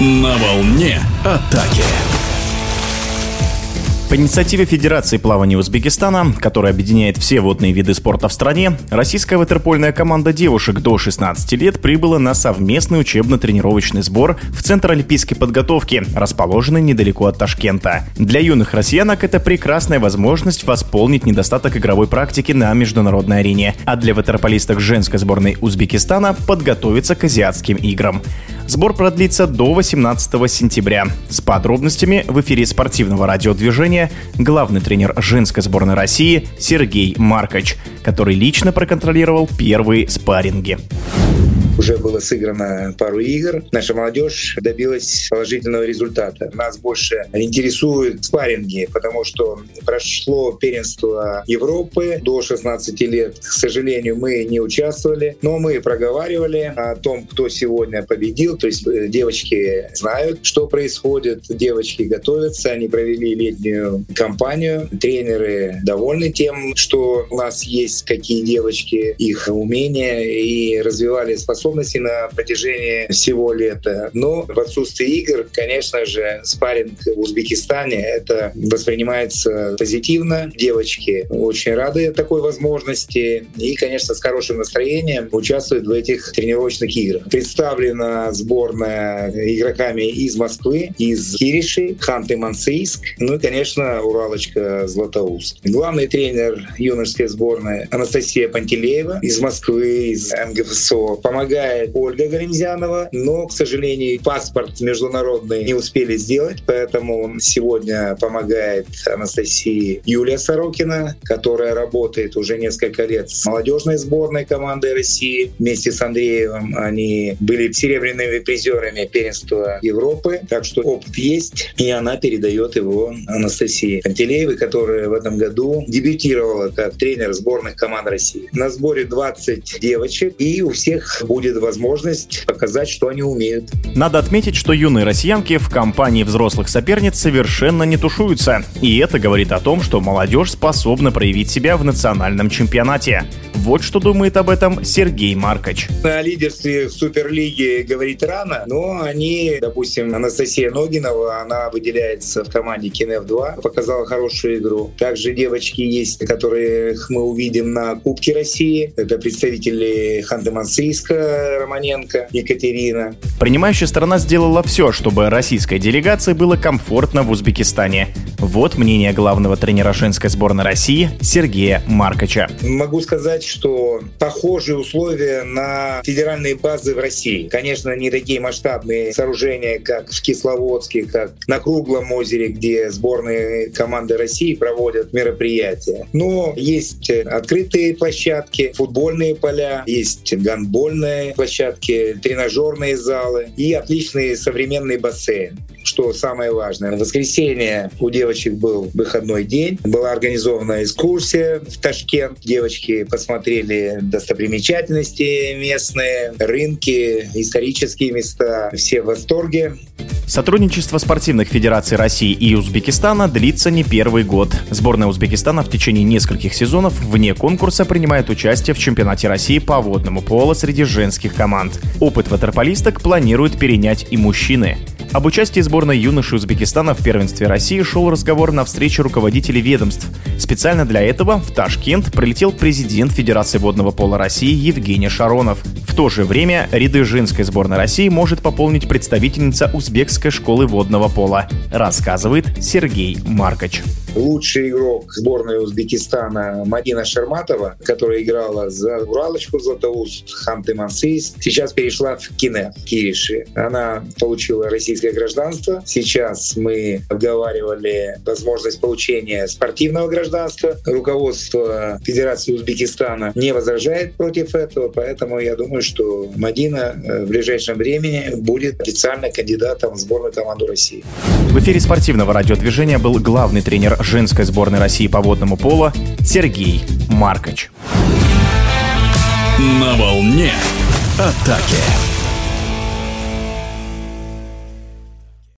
На волне атаки. По инициативе Федерации плавания Узбекистана, которая объединяет все водные виды спорта в стране, российская ватерпольная команда девушек до 16 лет прибыла на совместный учебно-тренировочный сбор в Центр олимпийской подготовки, расположенный недалеко от Ташкента. Для юных россиянок это прекрасная возможность восполнить недостаток игровой практики на международной арене, а для ватерполисток женской сборной Узбекистана подготовиться к азиатским играм. Сбор продлится до 18 сентября. С подробностями в эфире спортивного радиодвижения главный тренер женской сборной России Сергей Маркач, который лично проконтролировал первые спарринги. Уже было сыграно пару игр. Наша молодежь добилась положительного результата. Нас больше интересуют спарринги, потому что прошло первенство Европы до 16 лет. К сожалению, мы не участвовали, но мы проговаривали о том, кто сегодня победил. То есть девочки знают, что происходит, девочки готовятся, они провели летнюю кампанию. Тренеры довольны тем, что у нас есть какие девочки, их умения и развивали способности на протяжении всего лета. Но в отсутствии игр, конечно же, спарринг в Узбекистане это воспринимается позитивно. Девочки очень рады такой возможности и, конечно, с хорошим настроением участвуют в этих тренировочных играх. Представлена сборная игроками из Москвы, из Кириши, Ханты-Мансийск, ну и, конечно, Уралочка Златоуст. Главный тренер юношеской сборной Анастасия Пантелеева из Москвы, из МГФСО. Помогает Ольга Галимзянова, но, к сожалению, паспорт международный не успели сделать, поэтому сегодня помогает Анастасии Юлия Сорокина, которая работает уже несколько лет с молодежной сборной командой России. Вместе с Андреевым они были серебряными призерами первенства Европы, так что опыт есть, и она передает его Анастасии Пантелеевой, которая в этом году дебютировала как тренер сборных команд России. На сборе 20 девочек, и у всех будет возможность показать, что они умеют. Надо отметить, что юные россиянки в компании взрослых соперниц совершенно не тушуются. И это говорит о том, что молодежь способна проявить себя в национальном чемпионате. Вот что думает об этом Сергей Маркач. О лидерстве в Суперлиге говорить рано, но они, допустим, Анастасия Ногинова, она выделяется в команде КНФ-2, показала хорошую игру. Также девочки есть, которых мы увидим на Кубке России. Это представители Ханты-Мансийска, Романенко Екатерина. Принимающая сторона сделала все, чтобы российской делегации было комфортно в Узбекистане. Вот мнение главного тренера женской сборной России Сергея Маркача. Могу сказать, что похожие условия на федеральные базы в России. Конечно, не такие масштабные сооружения, как в Кисловодске, как на Круглом озере, где сборные команды России проводят мероприятия. Но есть открытые площадки, футбольные поля, есть гандбольные площадки, тренажерные залы и отличный современный бассейн. Что самое важное, в воскресенье у девочек был выходной день, была организована экскурсия в Ташкент. Девочки посмотрели достопримечательности местные, рынки, исторические места. Все в восторге. Сотрудничество спортивных федераций России и Узбекистана длится не первый год. Сборная Узбекистана в течение нескольких сезонов вне конкурса принимает участие в чемпионате России по водному поло среди женских команд. Опыт ватерполисток планируют перенять и мужчины. Об участии сборной юношей Узбекистана в первенстве России шел разговор на встрече руководителей ведомств. Специально для этого в Ташкент прилетел президент Федерации водного пола России Евгений Шаронов. В то же время ряды женской сборной России может пополнить представительница узбекской школы водного пола, рассказывает Сергей Маркач. Лучший игрок сборной Узбекистана Мадина Шерматова, которая играла за Уралочку Златоуст, Ханты-Мансийск, сейчас перешла в Кириши. Она получила российское гражданство. Сейчас мы обговаривали возможность получения спортивного гражданства. Руководство Федерации Узбекистана не возражает против этого, поэтому я думаю, что Мадина в ближайшем времени будет официально кандидатом в сборную команду России. В эфире спортивного радиодвижения был главный тренер женской сборной России по водному полу Сергей Маркач. На волне атаки.